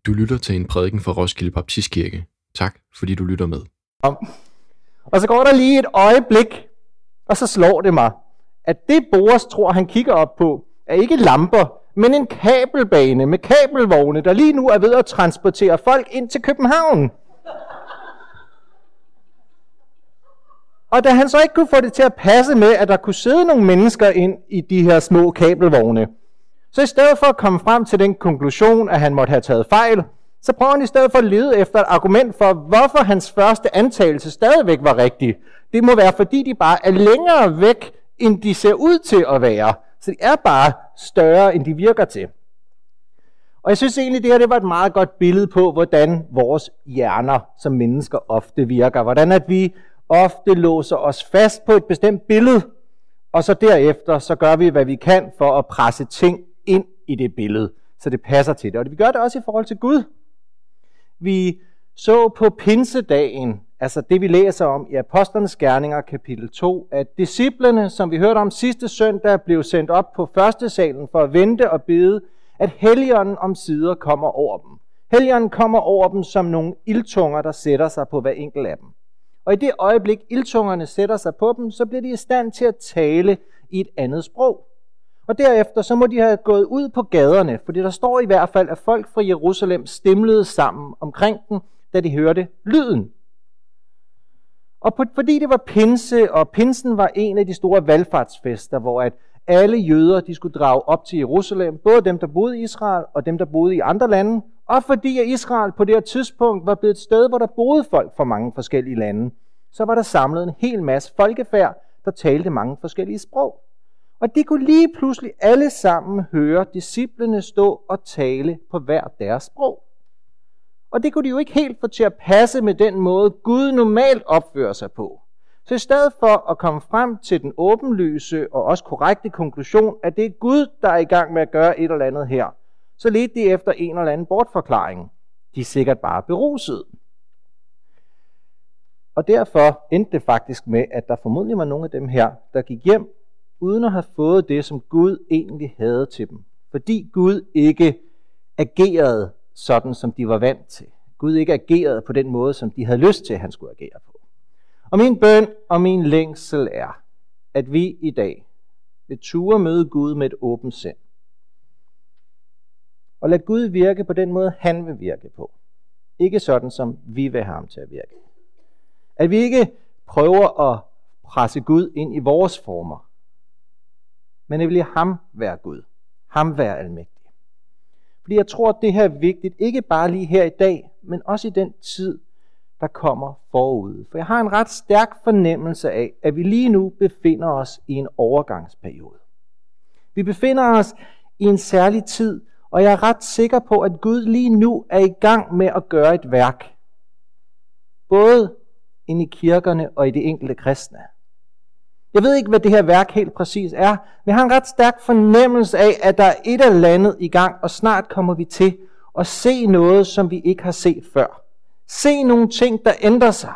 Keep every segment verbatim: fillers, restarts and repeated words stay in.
Du lytter til en prædiken fra Roskilde Baptistkirke. Tak, fordi du lytter med. Og så går der lige et øjeblik, og så slår det mig, at det Boas tror, han kigger op på, er ikke lamper, men en kabelbane med kabelvogne, der lige nu er ved at transportere folk ind til København. Og da han så ikke kunne få det til at passe med, at der kunne sidde nogle mennesker ind i de her små kabelvogne, så i stedet for at komme frem til den konklusion, at han måtte have taget fejl, så prøver han i stedet for at lede efter et argument for, hvorfor hans første antagelse stadigvæk var rigtig. Det må være, fordi de bare er længere væk, end de ser ud til at være. Så de er bare større, end de virker til. Og jeg synes egentlig, det her det var et meget godt billede på, hvordan vores hjerner som mennesker ofte virker. Hvordan at vi ofte låser os fast på et bestemt billede, og så derefter så gør vi, hvad vi kan for at presse ting ind i det billede, så det passer til det. Og vi gør det også i forhold til Gud. Vi så på pinsedagen, altså det vi læser om i Apostlernes Gerninger kapitel to, at disciplene, som vi hørte om sidste søndag, blev sendt op på første salen for at vente og bede, at Helligånden omsider kommer over dem. Helligånden kommer over dem som nogle ildtunger, der sætter sig på hver enkelt af dem. Og i det øjeblik, ildtungerne sætter sig på dem, så bliver de i stand til at tale i et andet sprog. Og derefter så må de have gået ud på gaderne, fordi der står i hvert fald, at folk fra Jerusalem stimlede sammen omkring den, da de hørte lyden. Og på, fordi det var pinse, og pinsen var en af de store valfartsfester, hvor at alle jøder de skulle drage op til Jerusalem, både dem, der boede i Israel, og dem, der boede i andre lande, og fordi at Israel på det her tidspunkt var blevet et sted, hvor der boede folk fra mange forskellige lande, så var der samlet en hel masse folkefærd, der talte mange forskellige sprog. Og de kunne lige pludselig alle sammen høre disciplene stå og tale på hver deres sprog. Og det kunne de jo ikke helt få til at passe med den måde, Gud normalt opfører sig på. Så i stedet for at komme frem til den åbenlyse og også korrekte konklusion, at det er Gud, der er i gang med at gøre et eller andet her, så ledte de efter en eller anden bortforklaring. De er sikkert bare beruset. Og derfor endte det faktisk med, at der formodentlig var nogle af dem her, der gik hjem, uden at have fået det, som Gud egentlig havde til dem. Fordi Gud ikke agerede sådan, som de var vant til. Gud ikke agerede på den måde, som de havde lyst til, at han skulle agere på. Og min bøn og min længsel er, at vi i dag vil ture møde Gud med et åbent sind. Og lad Gud virke på den måde, han vil virke på. Ikke sådan, som vi vil have ham til at virke. At vi ikke prøver at presse Gud ind i vores former, men jeg vil lade ham være Gud. Ham være almægtig. Fordi jeg tror, at det her er vigtigt, ikke bare lige her i dag, men også i den tid, der kommer forud. For jeg har en ret stærk fornemmelse af, at vi lige nu befinder os i en overgangsperiode. Vi befinder os i en særlig tid, og jeg er ret sikker på, at Gud lige nu er i gang med at gøre et værk. Både inde i kirkerne og i de enkelte kristne. Jeg ved ikke, hvad det her værk helt præcis er, men jeg har en ret stærk fornemmelse af, at der er et eller andet i gang, og snart kommer vi til at se noget, som vi ikke har set før. Se nogle ting, der ændrer sig.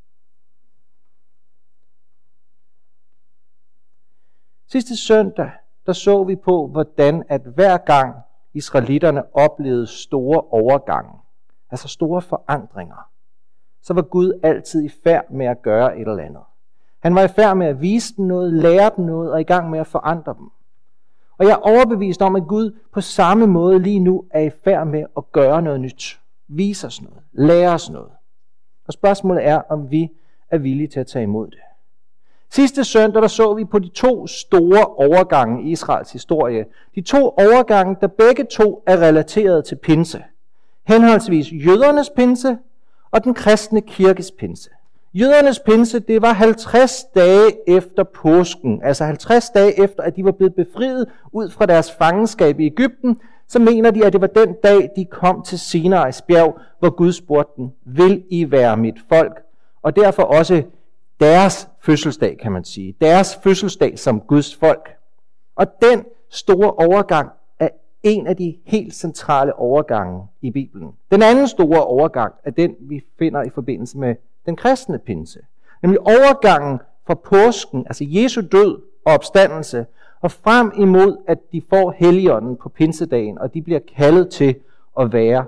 Sidste søndag, der så vi på, hvordan at hver gang israelitterne oplevede store overgange, altså store forandringer, så var Gud altid i færd med at gøre et eller andet. Han var i færd med at vise dem noget, lære dem noget og i gang med at forandre dem. Og jeg er overbevist om, at Gud på samme måde lige nu er i færd med at gøre noget nyt. Vise os noget. Lære os noget. Og spørgsmålet er, om vi er villige til at tage imod det. Sidste søndag der så vi på de to store overgange i Israels historie. De to overgange, der begge to er relateret til pinse. Henholdsvis jødernes pinse og den kristne kirkes pinse. Jødernes pinse, det var halvtreds dage efter påsken, altså halvtreds dage efter, at de var blevet befriet ud fra deres fangenskab i Egypten, så mener de, at det var den dag, de kom til Sinais bjerg, hvor Gud spurgte dem, vil I være mit folk? Og derfor også deres fødselsdag, kan man sige. Deres fødselsdag som Guds folk. Og den store overgang er en af de helt centrale overgange i Bibelen. Den anden store overgang er den, vi finder i forbindelse med den kristne pinse. Nemlig overgangen fra påsken, altså Jesu død og opstandelse, og frem imod, at de får Helligånden på pinsedagen, og de bliver kaldet til at være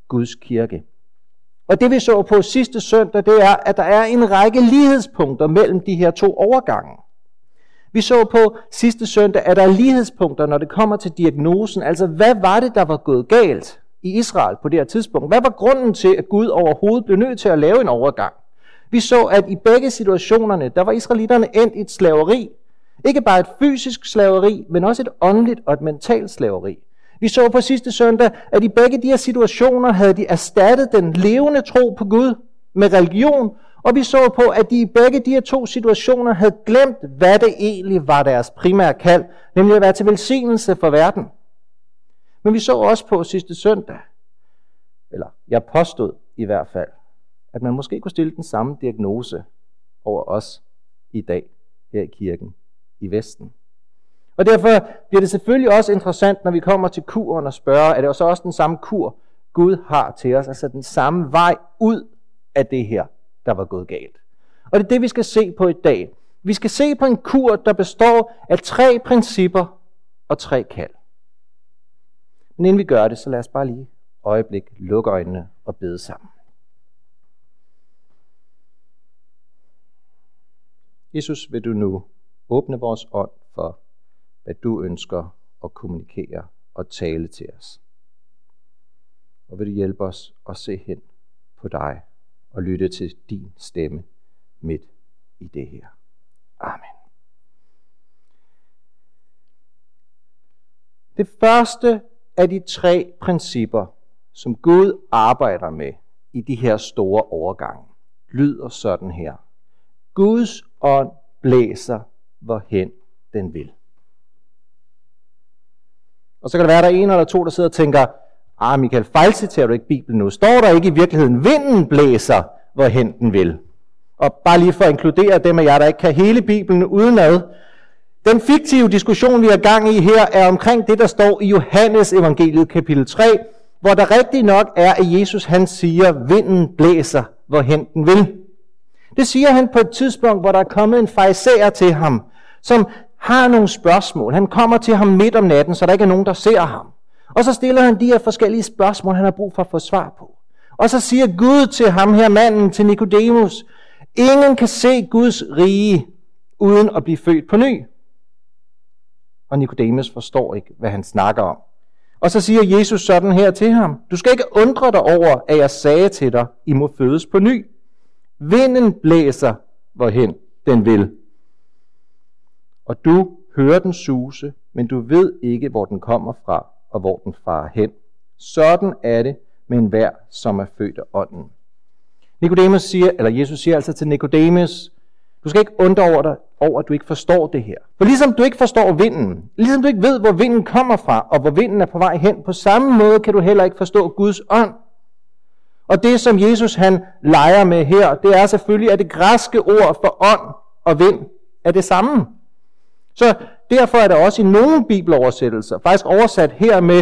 Guds kirke. Og det vi så på sidste søndag, det er, at der er en række lighedspunkter mellem de her to overgange. Vi så på sidste søndag, at der er lighedspunkter, når det kommer til diagnosen. Altså, hvad var det, der var gået galt i Israel på det her tidspunkt? Hvad var grunden til, at Gud overhovedet blev nødt til at lave en overgang? Vi så, at i begge situationerne, der var israelitterne endt i et slaveri. Ikke bare et fysisk slaveri, men også et åndeligt og et mentalt slaveri. Vi så på sidste søndag, at i begge de her situationer havde de erstattet den levende tro på Gud med religion, og vi så på, at de i begge de her to situationer havde glemt, hvad det egentlig var deres primære kald, nemlig at være til velsignelse for verden. Men vi så også på sidste søndag, eller jeg påstod i hvert fald, at man måske kunne stille den samme diagnose over os i dag her i kirken i Vesten. Og derfor bliver det selvfølgelig også interessant, når vi kommer til kuren og spørger, er det så også den samme kur, Gud har til os, altså den samme vej ud af det her, der var gået galt. Og det er det, vi skal se på i dag. Vi skal se på en kur, der består af tre principper og tre kald. Men inden vi gør det, så lad os bare lige øjeblik lukke øjnene og bede sammen. Jesus, vil du nu åbne vores ånd for, hvad du ønsker at kommunikere og tale til os. Og vil du hjælpe os at se hen på dig og lytte til din stemme midt i det her. Amen. Det første af de tre principper, som Gud arbejder med i de her store overgange, lyder sådan her. Guds ånd blæser, hvorhen den vil. Og så kan det være, at der er en eller to, der sidder og tænker, ah Michael, fejlciterer du ikke Bibelen nu? Står der ikke i virkeligheden, vinden blæser, hvorhen den vil? Og bare lige for at inkludere dem af jer, der ikke kan hele Bibelen udenad. Den fiktive diskussion, vi er gang i her, er omkring det, der står i Johannes evangeliet kapitel tre, hvor der rigtig nok er, at Jesus han siger, vinden blæser, hvorhen den vil. Det siger han på et tidspunkt, hvor der er kommet en farisæer til ham, som har nogle spørgsmål. Han kommer til ham midt om natten, så der ikke er nogen, der ser ham. Og så stiller han de her forskellige spørgsmål, han har brug for at få svar på. Og så siger Gud til ham her, manden, til Nikodemus, ingen kan se Guds rige, uden at blive født på ny. Og Nikodemus forstår ikke, hvad han snakker om. Og så siger Jesus sådan her til ham, du skal ikke undre dig over, at jeg sagde til dig, I må fødes på ny. Vinden blæser, hvorhen den vil. Og du hører den suse, men du ved ikke, hvor den kommer fra, og hvor den farer hen. Sådan er det med enhver, som er født af ånden. Nikodemus siger, eller Jesus siger altså til Nikodemus, du skal ikke undre over dig, over at du ikke forstår det her. For ligesom du ikke forstår vinden, ligesom du ikke ved, hvor vinden kommer fra, og hvor vinden er på vej hen, på samme måde kan du heller ikke forstå Guds ånd. Og det, som Jesus han leger med her, det er selvfølgelig, at det græske ord for ånd og vind er det samme. Så derfor er der også i nogle bibeloversættelser faktisk oversat her med,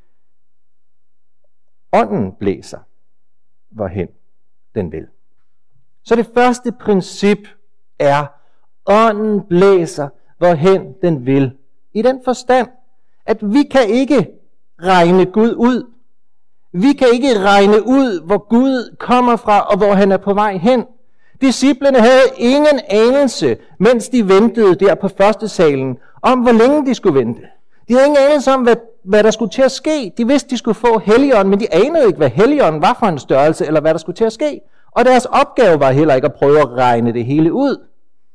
ånden blæser, hvorhen den vil. Så det første princip er, ånden blæser, hvorhen den vil. I den forstand, at vi kan ikke regne Gud ud. Vi kan ikke regne ud, hvor Gud kommer fra, og hvor han er på vej hen. Disciplene havde ingen anelse, mens de ventede der på første salen, om hvor længe de skulle vente. De havde ingen anelse om, hvad, hvad der skulle til at ske. De vidste, de skulle få Helligånden, men de anede ikke, hvad Helligånden var for en størrelse, eller hvad der skulle til at ske. Og deres opgave var heller ikke at prøve at regne det hele ud.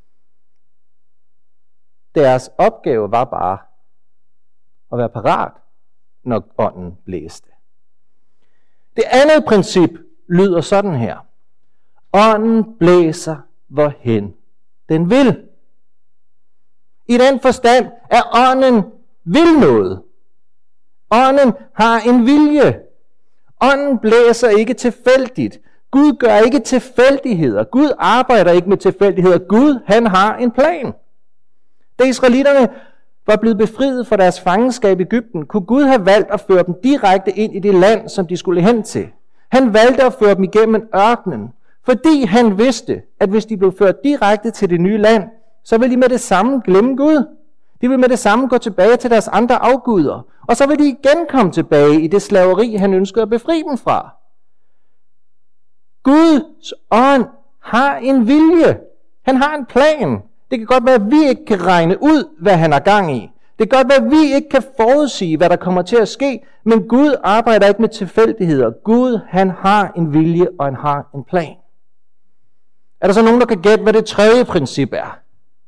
Deres opgave var bare at være parat, når ånden blæste. Det andet princip lyder sådan her. Ånden blæser, hvorhen den vil. I den forstand, at ånden vil noget. Ånden har en vilje. Ånden blæser ikke tilfældigt. Gud gør ikke tilfældigheder. Gud arbejder ikke med tilfældigheder. Gud, han har en plan. Da israelitterne var blevet befriet fra deres fangenskab i Egypten, kunne Gud have valgt at føre dem direkte ind i det land, som de skulle hen til. Han valgte at føre dem igennem ørkenen, fordi han vidste, at hvis de blev ført direkte til det nye land, så ville de med det samme glemme Gud. De vil med det samme gå tilbage til deres andre afguder, og så vil de igen komme tilbage i det slaveri, han ønskede at befri dem fra. Guds ånd har en vilje. Han har en plan. Det kan godt være, at vi ikke kan regne ud, hvad han har gang i. Det kan godt være, at vi ikke kan forudsige, hvad der kommer til at ske, men Gud arbejder ikke med tilfældigheder. Gud, han har en vilje, og han har en plan. Er der så nogen, der kan gætte, hvad det tredje princip er?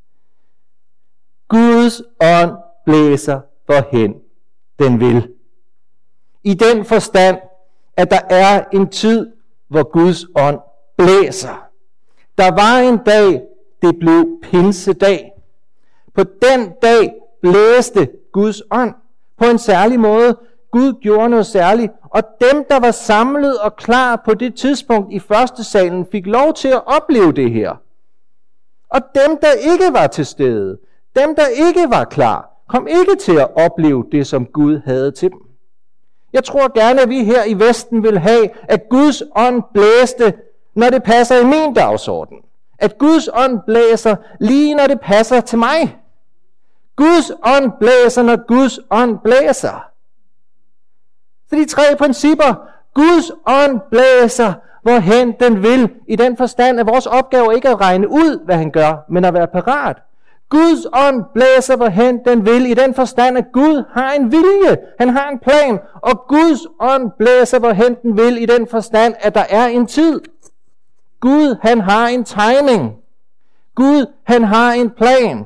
Guds ånd blæser, hvorhen den vil. I den forstand, at der er en tid, hvor Guds ånd blæser. Der var en dag, det blev pinsedag. På den dag blæste Guds ånd på en særlig måde. Gud gjorde noget særligt, og dem, der var samlet og klar på det tidspunkt i første salen, fik lov til at opleve det her. Og dem, der ikke var til stede, dem, der ikke var klar, kom ikke til at opleve det, som Gud havde til dem. Jeg tror gerne, at vi her i Vesten vil have, at Guds ånd blæste, når det passer i min dagsorden. At Guds ånd blæser lige når det passer til mig. Guds ånd blæser, når Guds ånd blæser. Så de tre principper. Guds ånd blæser, hvorhen den vil, i den forstand, at vores opgave ikke er at regne ud, hvad han gør, men at være parat. Guds ånd blæser, hvorhen den vil, i den forstand, at Gud har en vilje, han har en plan, og Guds ånd blæser, hvorhen den vil, i den forstand, at der er en tid. Gud, han har en timing. Gud, han har en plan.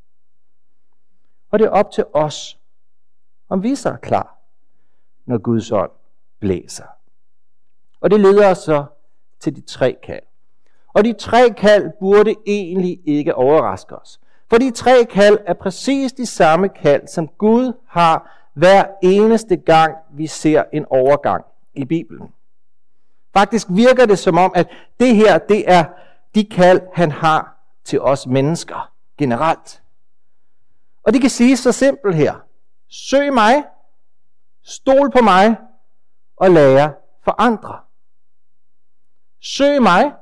Og det er op til os, om vi så er klar, når Guds ånd blæser. Og det leder os så til de tre kald. Og de tre kald burde egentlig ikke overraske os. For de tre kald er præcis de samme kald, som Gud har hver eneste gang, vi ser en overgang i Bibelen. Faktisk virker det som om, at det her, det er de kald, han har til os mennesker generelt. Og det kan siges så simpelt her. Søg mig, stol på mig og lære for andre. Søg mig,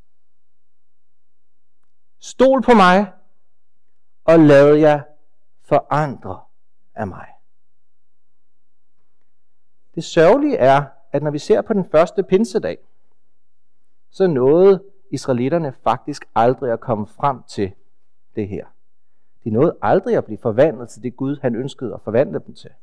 stol på mig og lad jer forandre af mig. Det sørgelige er, at når vi ser på den første pinsedag, så nåede israelitterne faktisk aldrig at komme frem til det her. De nåede aldrig at blive forvandlet til det Gud, han ønskede at forvandle dem til.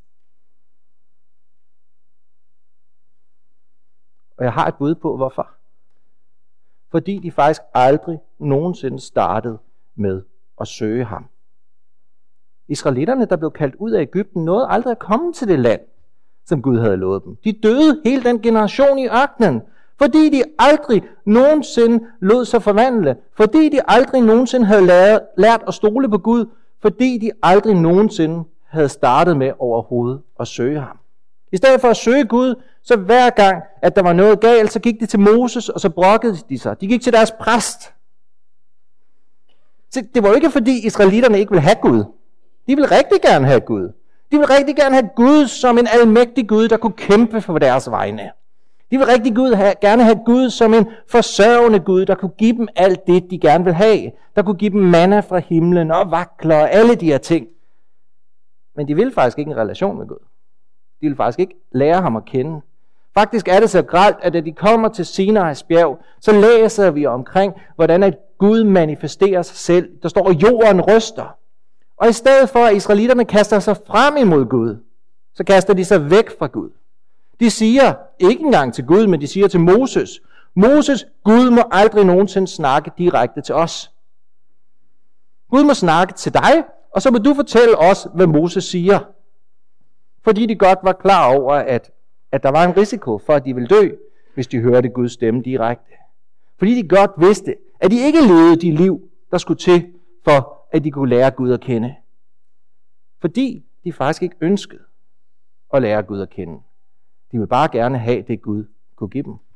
Og jeg har et bud på, hvorfor. Fordi de faktisk aldrig nogensinde startede med at søge ham. Israelitterne, der blev kaldt ud af Egypten, nåede aldrig at komme til det land, som Gud havde lovet dem. De døde hele den generation i ørkenen, fordi de aldrig nogensinde lod sig forvandle, fordi de aldrig nogensinde havde lært, lært at stole på Gud, fordi de aldrig nogensinde havde startet med overhovedet at søge ham. I stedet for at søge Gud, så hver gang, at der var noget galt, så gik de til Moses, og så brokkede de sig. De gik til deres præst. Så det var jo ikke fordi israelitterne ikke ville have Gud. De ville rigtig gerne have Gud. De ville rigtig gerne have Gud som en almægtig Gud, der kunne kæmpe for deres vegne. De ville rigtig Gud have, gerne have Gud som en forsørgende Gud, der kunne give dem alt det, de gerne ville have. Der kunne give dem manna fra himlen og vakler og alle de her ting. Men de ville faktisk ikke en relation med Gud. De ville faktisk ikke lære ham at kende. Faktisk er det så grelt, at da de kommer til Sinais bjerg, så læser vi omkring, hvordan at Gud manifesterer sig selv. Der står, at jorden ryster. Og i stedet for, at israelitterne kaster sig frem imod Gud, så kaster de sig væk fra Gud. De siger ikke engang til Gud, men de siger til Moses, Moses, Gud må aldrig nogensinde snakke direkte til os. Gud må snakke til dig, og så må du fortælle os, hvad Moses siger. Fordi de godt var klar over, at, at der var en risiko for, at de ville dø, hvis de hørte Guds stemme direkte. Fordi de godt vidste, at de ikke levede de liv, der skulle til, for at de kunne lære Gud at kende. Fordi de faktisk ikke ønskede at lære Gud at kende. De ville bare gerne have det, Gud kunne give dem.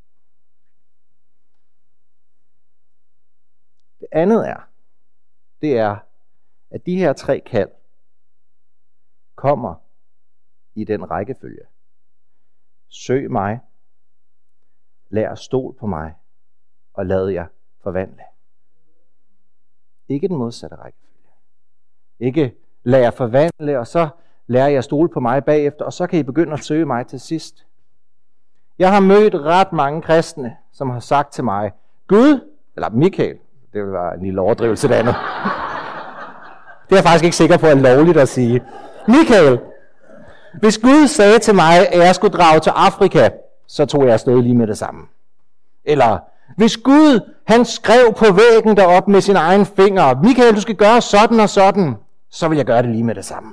Det andet er, det er, at de her tre kald kommer i den rækkefølge. Søg mig, lær at stole på mig, og lad jer forvandle. Ikke den modsatte rækkefølge. Ikke lader jeg forvandle, og så lærer jeg at stole på mig bagefter, og så kan I begynde at søge mig til sidst. Jeg har mødt ret mange kristne, som har sagt til mig, Gud, eller Michael, det vil være en lille overdrivelse det andet. Det er jeg faktisk ikke sikker på er lovligt at sige. Michael, hvis Gud sagde til mig, at jeg skulle drage til Afrika, så tog jeg afsted lige med det samme. Eller, hvis Gud, han skrev på væggen deroppe med sine egne fingre, Michael, du skal gøre sådan og sådan, så vil jeg gøre det lige med det samme.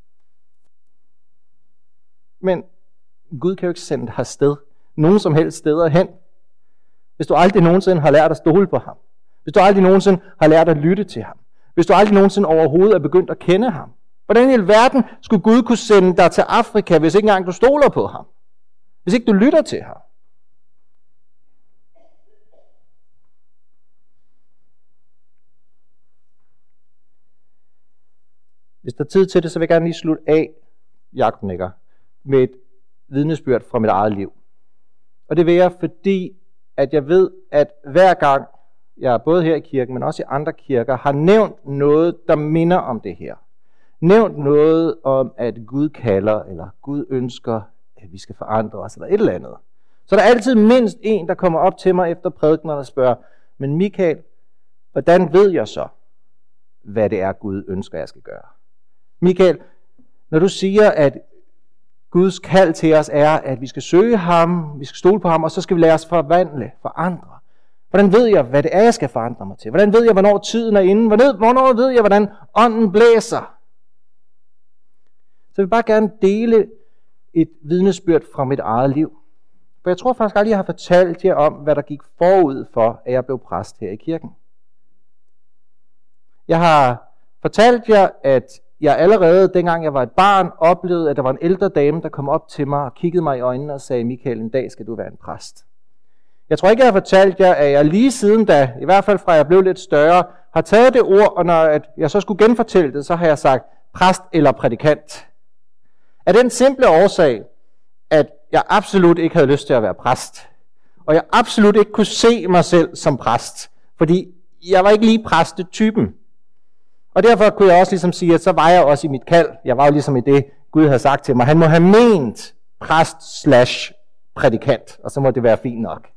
Men Gud kan jo ikke sende dig afsted nogen som helst steder hen, hvis du aldrig nogensinde har lært at stole på ham. Hvis du aldrig nogensinde har lært at lytte til ham. Hvis du aldrig nogensinde overhovedet er begyndt at kende ham. Hvordan i alverden skulle Gud kunne sende dig til Afrika, hvis ikke engang du stoler på ham? Hvis ikke du lytter til ham? Hvis der er tid til det, så vil jeg gerne lige slutte af, Jakob nikker, med et vidnesbyrd fra mit eget liv. Og det vil jeg, fordi at jeg ved, at hver gang jeg både her i kirken, men også i andre kirker, har nævnt noget, der minder om det her. Nævnt noget om, at Gud kalder, eller Gud ønsker, at vi skal forandre os, eller et eller andet. Så der er altid mindst en, der kommer op til mig efter prædikenen og spørger, men Michael, hvordan ved jeg så, hvad det er, Gud ønsker, jeg skal gøre? Michael, når du siger, at Guds kald til os er, at vi skal søge ham, vi skal stole på ham, og så skal vi lade os forvandle, forandre. Hvordan ved jeg, hvad det er, jeg skal forandre mig til? Hvordan ved jeg, hvornår tiden er inde? Hvornår ved jeg, hvordan ånden blæser? Så jeg vil bare gerne dele et vidnesbyrd fra mit eget liv. For jeg tror faktisk aldrig, jeg har fortalt jer om, hvad der gik forud for, at jeg blev præst her i kirken. Jeg har fortalt jer, at jeg allerede, dengang jeg var et barn, oplevede, at der var en ældre dame, der kom op til mig og kiggede mig i øjnene og sagde, Michael, en dag skal du være en præst. Jeg tror ikke, jeg har fortalt jer, at jeg lige siden da, i hvert fald fra jeg blev lidt større, har taget det ord, og når jeg så skulle genfortælle det, så har jeg sagt præst eller prædikant. Af den simple årsag, at jeg absolut ikke havde lyst til at være præst. Og jeg absolut ikke kunne se mig selv som præst. Fordi jeg var ikke lige præstetypen. Og derfor kunne jeg også ligesom sige, at så var jeg også i mit kald. Jeg var jo ligesom i det, Gud havde sagt til mig. Han må have ment præst slash prædikant. Og så må det være fint nok.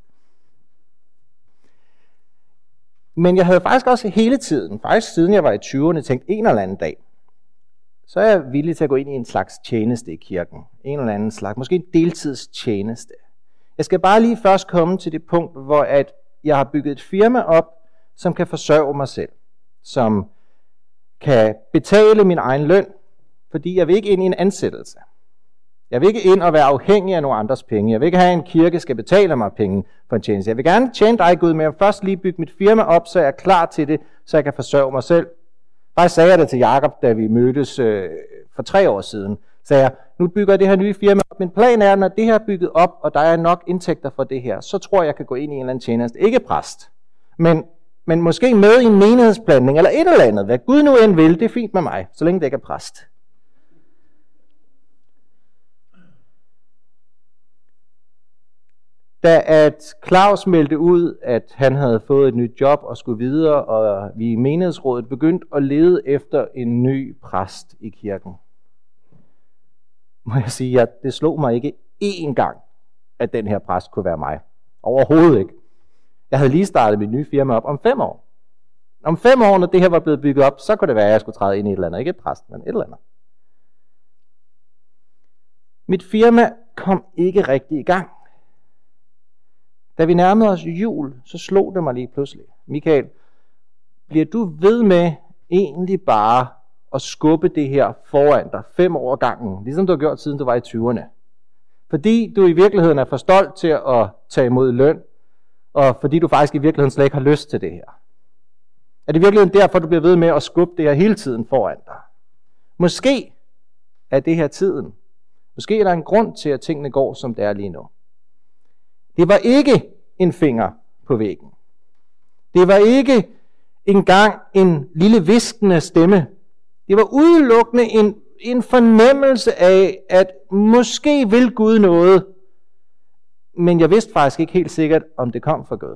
Men jeg havde faktisk også hele tiden, faktisk siden jeg var i tyverne, tænkt en eller anden dag, så er jeg villig til at gå ind i en slags tjeneste i kirken. En eller anden slags, måske en deltidstjeneste. Jeg skal bare lige først komme til det punkt, hvor at jeg har bygget et firma op, som kan forsørge mig selv. Som kan betale min egen løn, fordi jeg vil ikke ind i en ansættelse. Jeg vil ikke ind og være afhængig af nogle andres penge. Jeg vil ikke have, at en kirke skal betale mig penge for en tjeneste. Jeg vil gerne tjene dig, Gud, men jeg vil først lige bygge mit firma op, så jeg er klar til det, så jeg kan forsørge mig selv. Faktisk sagde jeg det til Jakob, da vi mødtes øh, for tre år siden. Sagde jeg, nu bygger jeg det her nye firma op. Min plan er, når det her er bygget op, og der er nok indtægter for det her, så tror jeg, jeg kan gå ind i en eller anden tjeneste. Ikke præst, men, men måske med i en menighedsplanning, eller et eller andet. Hvad Gud nu end vil, det er fint med mig, så længe det ikke er præst. Da at Claus meldte ud, at han havde fået et nyt job og skulle videre, og vi i menighedsrådet begyndte at lede efter en ny præst i kirken, må jeg sige, at det slog mig ikke én gang, at den her præst kunne være mig. Overhovedet ikke. Jeg havde lige startet mit nye firma op om fem år. Om fem år, når det her var blevet bygget op, så kunne det være, at jeg skulle træde ind i et eller andet. Ikke et præst, men et eller andet. Mit firma kom ikke rigtig i gang. Da vi nærmede os jul, så slog det mig lige pludselig. Michael, bliver du ved med egentlig bare at skubbe det her foran dig fem år gangen, ligesom du har gjort siden du var i tyverne? Fordi du i virkeligheden er for stolt til at tage imod løn, og fordi du faktisk i virkeligheden slet ikke har lyst til det her. Er det i virkeligheden derfor, du bliver ved med at skubbe det her hele tiden foran dig? Måske er det her tiden. Måske er der en grund til, at tingene går, som det er lige nu. Det var ikke en finger på væggen. Det var ikke engang en lille hviskende stemme. Det var udelukkende en, en fornemmelse af, at måske vil Gud noget, men jeg vidste faktisk ikke helt sikkert, om det kom fra Gud.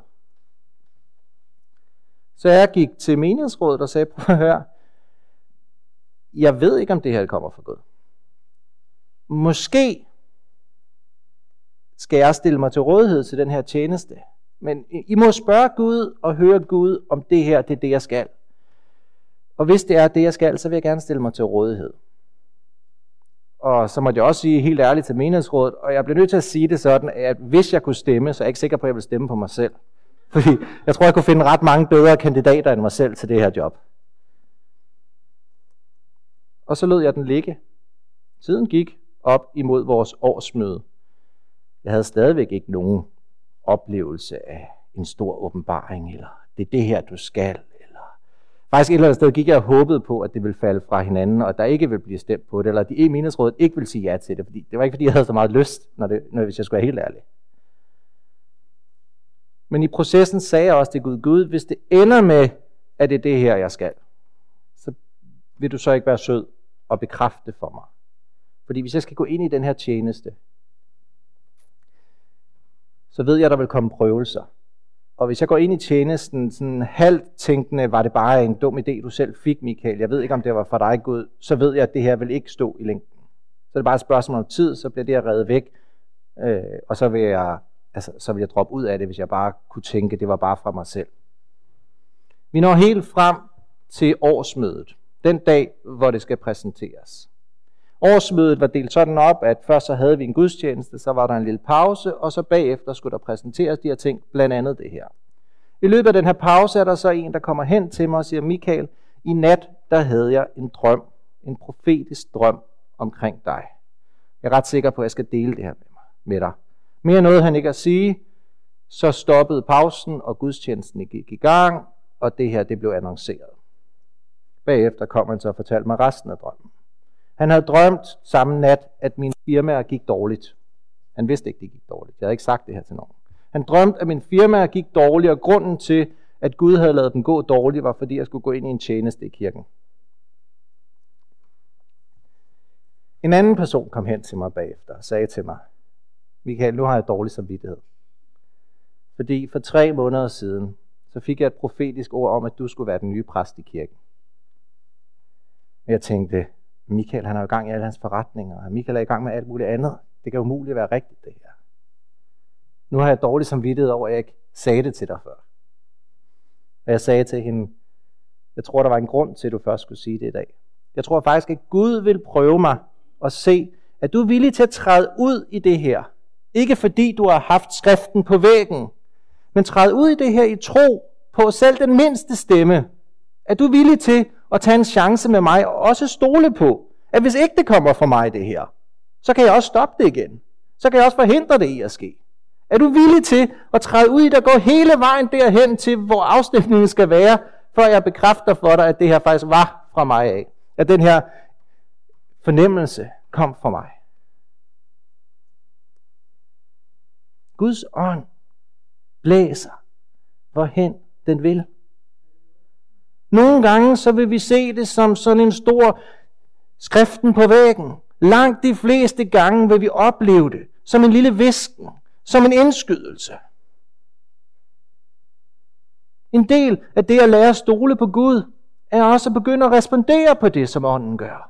Så jeg gik til menighedsrådet og sagde, prøv at høre, jeg ved ikke, om det her kommer fra Gud. Måske skal jeg stille mig til rådighed til den her tjeneste. Men I må spørge Gud og høre Gud, om det her, det er det, jeg skal. Og hvis det er det, jeg skal, så vil jeg gerne stille mig til rådighed. Og så må jeg også sige helt ærligt til menighedsrådet, og jeg bliver nødt til at sige det sådan, at hvis jeg kunne stemme, så er jeg ikke sikker på, at jeg vil stemme på mig selv. Fordi jeg tror, jeg kunne finde ret mange bedre kandidater end mig selv til det her job. Og så lod jeg den ligge. Tiden gik op imod vores årsmøde. Jeg havde stadigvæk ikke nogen oplevelse af en stor åbenbaring, eller det er det her, du skal. Eller faktisk et eller andet sted gik jeg og håbede på, at det ville falde fra hinanden, og der ikke ville blive stemt på det, eller de i menighedsrådet ikke ville sige ja til det, fordi det var ikke, fordi jeg havde så meget lyst, når det, når, hvis jeg skulle være helt ærlig. Men i processen sagde jeg også til Gud, Gud, hvis det ender med, at det er det her, jeg skal, så vil du så ikke være sød og bekræfte for mig. Fordi hvis jeg skal gå ind i den her tjeneste, så ved jeg, at der vil komme prøvelser. Og hvis jeg går ind i tjenesten sådan halvt tænkende, var det bare en dum idé, du selv fik, Michael. Jeg ved ikke, om det var for dig, Gud. Så ved jeg, at det her vil ikke stå i længden. Så er det bare et spørgsmål om tid, så bliver det her revet væk. Øh, og så vil, jeg, altså, så vil jeg droppe ud af det, hvis jeg bare kunne tænke, det var bare fra mig selv. Vi når helt frem til årsmødet. Den dag, hvor det skal præsenteres. Årsmødet var delt sådan op, at først så havde vi en gudstjeneste, så var der en lille pause, og så bagefter skulle der præsenteres de her ting, blandt andet det her. I løbet af den her pause er der så en, der kommer hen til mig og siger, Michael, i nat, der havde jeg en drøm, en profetisk drøm omkring dig. Jeg er ret sikker på, at jeg skal dele det her med, mig, med dig. Mere noget han ikke at sige, så stoppede pausen, og gudstjenesten gik i gang, og det her, det blev annonceret. Bagefter kom han så og fortalte mig resten af drømmen. Han havde drømt samme nat, at mine firmaer gik dårligt. Han vidste ikke, det gik dårligt. Jeg havde ikke sagt det her til nogen. Han drømte, at mine firmaer gik dårligt, og grunden til, at Gud havde lavet dem gå dårligt, var fordi jeg skulle gå ind i en tjeneste i kirken. En anden person kom hen til mig bagefter og sagde til mig, Michael, nu har jeg dårlig samvittighed. Fordi for tre måneder siden, så fik jeg et profetisk ord om, at du skulle være den nye præst i kirken. Jeg tænkte, Michael, han er i gang i alle hans forretninger, og Michael er i gang med alt muligt andet. Det kan umuligt være rigtigt, det her. Nu har jeg dårlig samvittighed over, at jeg ikke sagde det til dig før. Og jeg sagde til hende, jeg tror, der var en grund til, at du først skulle sige det i dag. Jeg tror faktisk, at Gud vil prøve mig og se, at du er villig til at træde ud i det her. Ikke fordi du har haft skriften på væggen, men træde ud i det her i tro på selv den mindste stemme. At du er villig til at tage en chance med mig, og også stole på, at hvis ikke det kommer fra mig det her, så kan jeg også stoppe det igen. Så kan jeg også forhindre det i at ske. Er du villig til at træde ud i det og gå hele vejen derhen til, hvor afstemningen skal være, før jeg bekræfter for dig, at det her faktisk var fra mig af? At den her fornemmelse kom fra mig. Guds ånd blæser, hvorhen den vil. Nogle gange så vil vi se det som sådan en stor skriften på væggen. Langt de fleste gange vil vi opleve det som en lille hvisken, som en indskydelse. En del af det at lære at stole på Gud, er også at begynde at respondere på det, som ånden gør.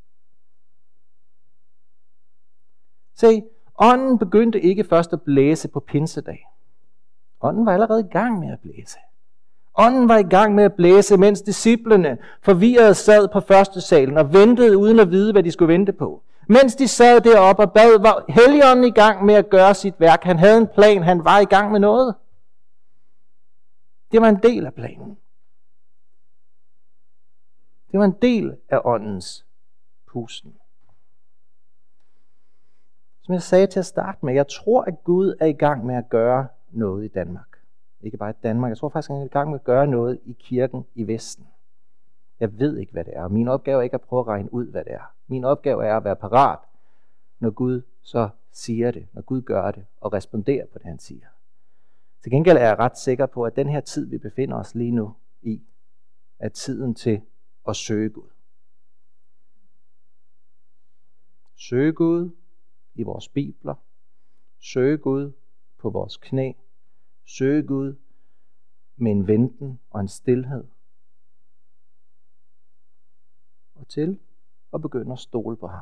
Se, ånden begyndte ikke først at blæse på pinsedag. Ånden var allerede i gang med at blæse. Ånden var i gang med at blæse, mens disciplene forvirret sad på første salen og ventede uden at vide, hvad de skulle vente på. Mens de sad deroppe og bad, var Helligånden i gang med at gøre sit værk. Han havde en plan, han var i gang med noget. Det var en del af planen. Det var en del af åndens pusten. Som jeg sagde til at starte med, jeg tror, at Gud er i gang med at gøre noget i Danmark. Ikke bare i Danmark, jeg tror faktisk, at han er i gang med at gøre noget i kirken i Vesten. Jeg ved ikke, hvad det er. Min opgave er ikke at prøve at regne ud, hvad det er. Min opgave er at være parat, når Gud så siger det, når Gud gør det, og responderer på det, han siger. Til gengæld er jeg ret sikker på, at den her tid, vi befinder os lige nu i, er tiden til at søge Gud. Søge Gud i vores bibler. Søge Gud på vores knæ. Søge Gud med en venten og en stilhed. Og til og begynde at stole på ham.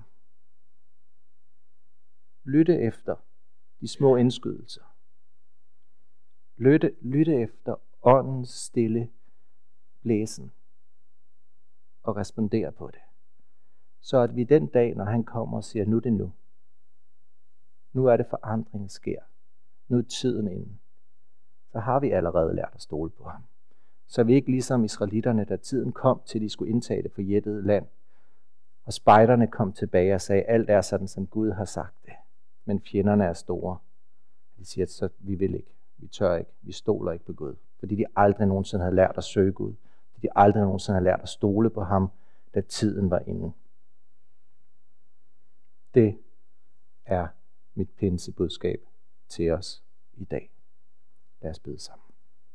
Lytte efter de små indskydelser. Lytte, lytte efter åndens stille blæsen og respondere på det. Så at vi den dag, når han kommer og siger, nu er det nu. Nu er det forandringen sker. Nu er tiden inde. Så har vi allerede lært at stole på ham. Så vi ikke ligesom israelitterne, da tiden kom til, de skulle indtage det forjættede land. Og spejderne kom tilbage og sagde, alt er sådan, som Gud har sagt det. Men fjenderne er store. De siger, så vi vil ikke. Vi tør ikke. Vi stoler ikke på Gud. Fordi de aldrig nogensinde havde lært at søge Gud. Fordi de aldrig nogensinde havde lært at stole på ham, da tiden var inde. Det er mit pinsebudskab til os i dag. Lad os bede sammen.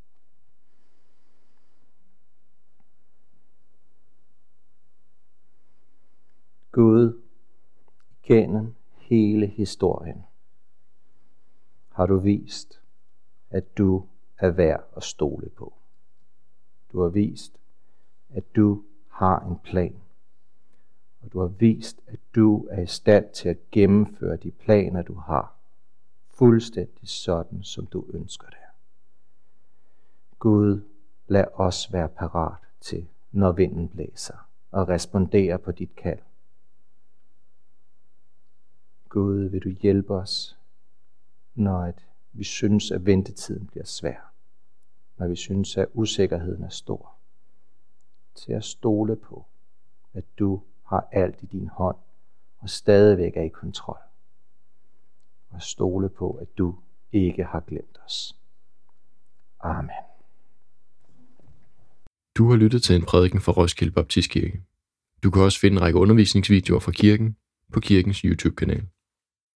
Gud, gennem hele historien har du vist, at du er værd at stole på. Du har vist, at du har en plan. Og du har vist, at du er i stand til at gennemføre de planer, du har, fuldstændig sådan, som du ønsker det. Gud, lad os være parat til, når vinden blæser, og respondere på dit kald. Gud, vil du hjælpe os, når vi synes, at ventetiden bliver svær, når vi synes, at usikkerheden er stor, til at stole på, at du har alt i din hånd, og stadigvæk er i kontrol. Og stole på, at du ikke har glemt os. Amen. Du har lyttet til en prædiken fra Roskilde Baptistkirke. Du kan også finde en række undervisningsvideoer fra kirken på kirkens YouTube-kanal.